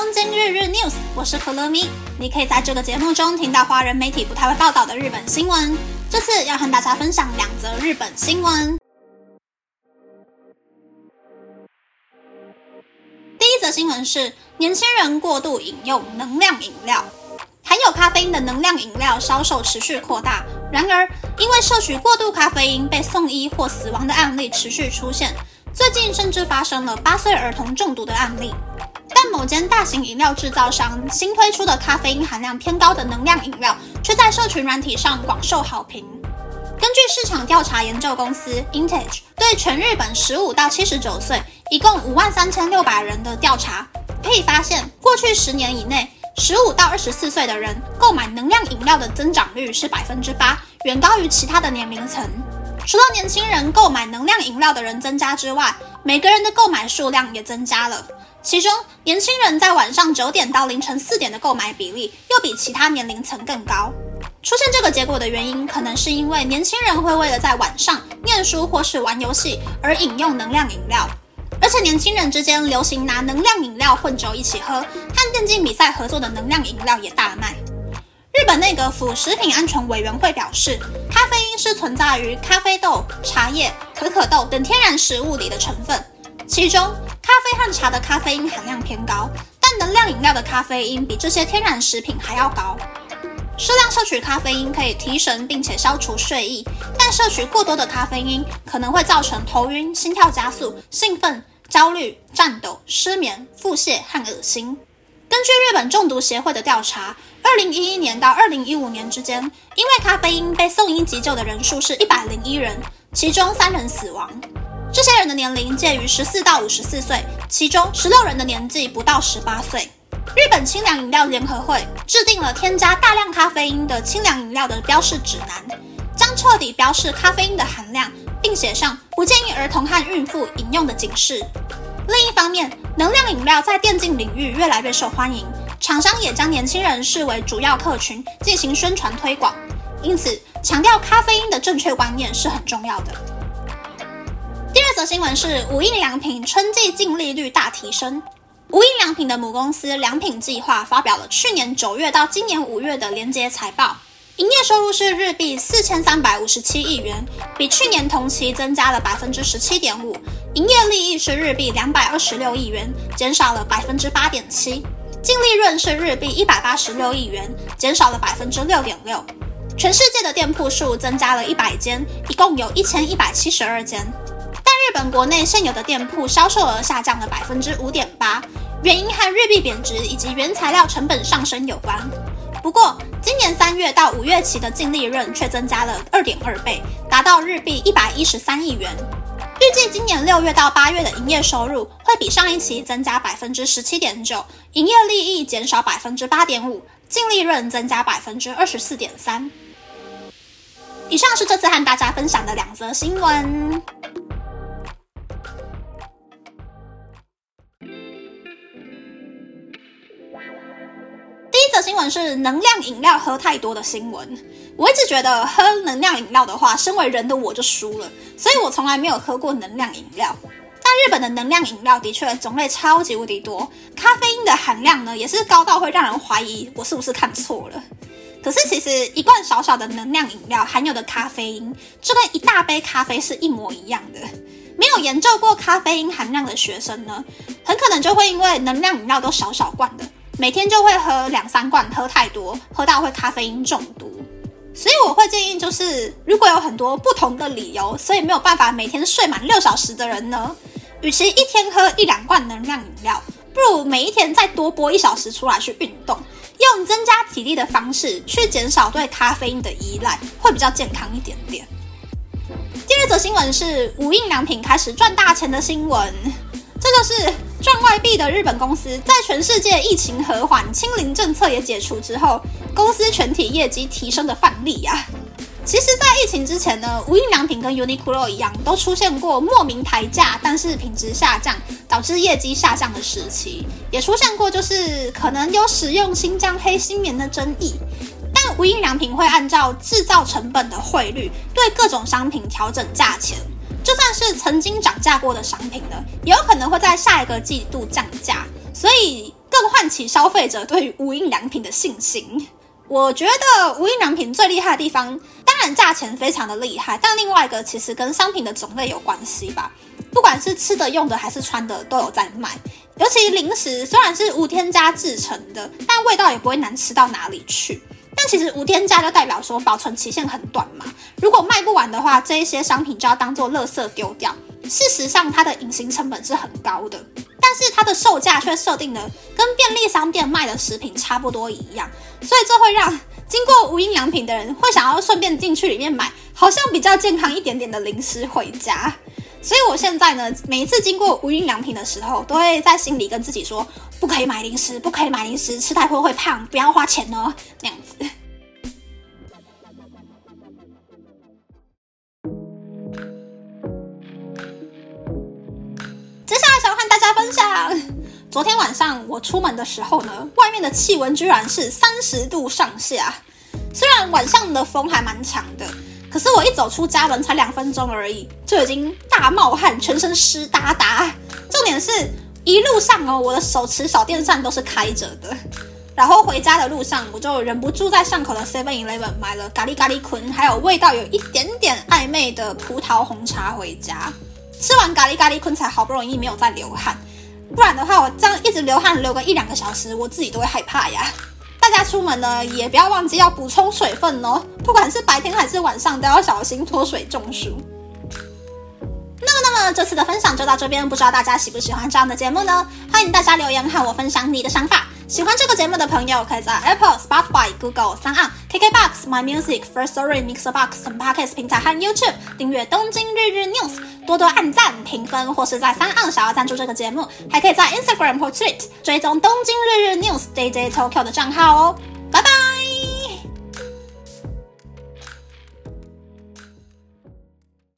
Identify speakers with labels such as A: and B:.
A: 东京日日 News， 我是可乐咪。你可以在这个节目中听到华人媒体不太会报道的日本新闻。这次要和大家分享2则日本新闻。第一则新闻是年轻人过度饮用能量饮料。含有咖啡因的能量饮料销售持续扩大，然而因为摄取过度咖啡因被送医或死亡的案例持续出现，最近甚至发生了8岁儿童中毒的案例。但某间大型饮料制造商新推出的咖啡因含量偏高的能量饮料，却在社群软体上广受好评。根据市场调查研究公司 Intage 对全日本15到79岁，一共53600人的调查，可以发现过去10年以内，15到24岁的人购买能量饮料的增长率是 8%， 远高于其他的年龄层。除了年轻人购买能量饮料的人增加之外，每个人的购买数量也增加了。其中，年轻人在晚上9点到凌晨4点的购买比例又比其他年龄层更高。出现这个结果的原因，可能是因为年轻人会为了在晚上念书或是玩游戏而饮用能量饮料。而且年轻人之间流行拿能量饮料混酒一起喝，和电竞比赛合作的能量饮料也大卖。日本内阁府食品安全委员会表示，咖啡因是存在于咖啡豆、茶叶、可可豆等天然食物里的成分，其中咖啡和茶的咖啡因含量偏高，但能量饮料的咖啡因比这些天然食品还要高。适量摄取咖啡因可以提神并且消除睡意，但摄取过多的咖啡因可能会造成头晕、心跳加速、兴奋、焦虑、颤抖、失眠、腹泻和恶心。根据日本中毒协会的调查，2011年到2015年之间，因为咖啡因被送医急救的人数是101人，其中3人死亡。这些人的年龄介于14到54岁，其中16人的年纪不到18岁。日本清凉饮料联合会制定了添加大量咖啡因的清凉饮料的标示指南，将彻底标示咖啡因的含量，并写上不建议儿童和孕妇饮用的警示。另一方面，能量饮料在电竞领域越来越受欢迎，厂商也将年轻人视为主要客群进行宣传推广，因此强调咖啡因的正确观念是很重要的。第2则新闻是无印良品春季净利率大提升。无印良品的母公司良品计划发表了去年9月到今年5月的连结财报，营业收入是日币4357亿元，比去年同期增加了 17.5%， 营业利益是日币226亿元，减少了 8.7%， 净利润是日币186亿元，减少了 6.6%。 全世界的店铺数增加了100间，一共有1172间。日本国内现有的店铺销售额下降了 5.8%， 原因和日币贬值以及原材料成本上升有关。不过，今年3月到5月期的净利润却增加了 2.2 倍，达到日币113亿元。预计今年6月到8月的营业收入会比上一期增加 17.9%， 营业利益减少 8.5%， 净利润增加 24.3%。以上是这次和大家分享的2则新闻。第一则新闻是能量饮料喝太多的新闻。我一直觉得喝能量饮料的话，身为人的我就输了，所以我从来没有喝过能量饮料。但日本的能量饮料的确种类超级无敌多，咖啡因的含量呢也是高到会让人怀疑我是不是看错了。可是其实一罐小小的能量饮料含有的咖啡因，就跟一大杯咖啡是一模一样的。没有研究过咖啡因含量的学生呢，很可能就会因为能量饮料都小小罐的，每天就会喝2-3罐，喝太多，喝到会咖啡因中毒。所以我会建议就是如果有很多不同的理由，所以没有办法每天睡满6小时的人呢，与其一天喝1-2罐能量饮料，不如每一天再多拨1小时出来去运动，用增加体力的方式去减少对咖啡因的依赖，会比较健康一点点。第2则新闻是无印良品开始赚大钱的新闻。这就是赚外币的日本公司在全世界疫情和缓、清零政策也解除之后，公司全体业绩提升的范例啊。其实在疫情之前呢，无印良品跟 Uniqlo 一样，都出现过莫名抬价但是品质下降导致业绩下降的时期，也出现过就是可能有使用新疆黑心棉的争议。但无印良品会按照制造成本的汇率对各种商品调整价钱，就算是曾经涨价过的商品呢，也有可能会在下一个季度降价，所以各更唤起消费者对于无印良品的信心。我觉得无印良品最厉害的地方，当然价钱非常的厉害，但另外一个其实跟商品的种类有关系吧。不管是吃的、用的还是穿的，都有在卖。尤其零食虽然是无添加制成的，但味道也不会难吃到哪里去。但其实无添加就代表说保存期限很短嘛，如果卖不完的话，这一些商品就要当做垃圾丢掉。事实上它的隐形成本是很高的，但是它的售价却设定的跟便利商店卖的食品差不多一样，所以这会让经过无印良品的人会想要顺便进去里面买好像比较健康一点点的零食回家。所以我现在呢，每一次经过无印良品的时候，都会在心里跟自己说，不可以买零食，不可以买零食，吃太多会胖，不要花钱哦，这样子。接下来想和大家分享，昨天晚上我出门的时候呢，外面的气温居然是30度上下。虽然晚上的风还蛮强的，可是我一走出家门才2分钟而已，就已经大冒汗，全身湿哒哒。重点是一路上哦，我的手持小电扇都是开着的。然后回家的路上，我就忍不住在巷口的 7-Eleven 买了咖喱咖喱坤，还有味道有一点点暧昧的葡萄红茶回家。吃完咖喱咖喱坤才好不容易没有再流汗，不然的话我这样一直流汗流个1-2个小时，我自己都会害怕呀。大家出门呢，也不要忘记要补充水分哦，不管是白天还是晚上都要小心脱水中暑。那么这次的分享就到这边，不知道大家喜不喜欢这样的节目呢？欢迎大家留言和我分享你的想法。喜欢这个节目的朋友，可以在 Apple、Spotify、Google、SoundOn、KKBOX、My Music、Firstory、Mixerbox 等 Podcast 平台和 YouTube 订阅东京日日 News， 多多按赞、评分，或是在SoundOn想要赞助这个节目，还可以在 Instagram 或 Twitter 追踪东京日日 News JJ Tokyo 的账号哦。拜拜。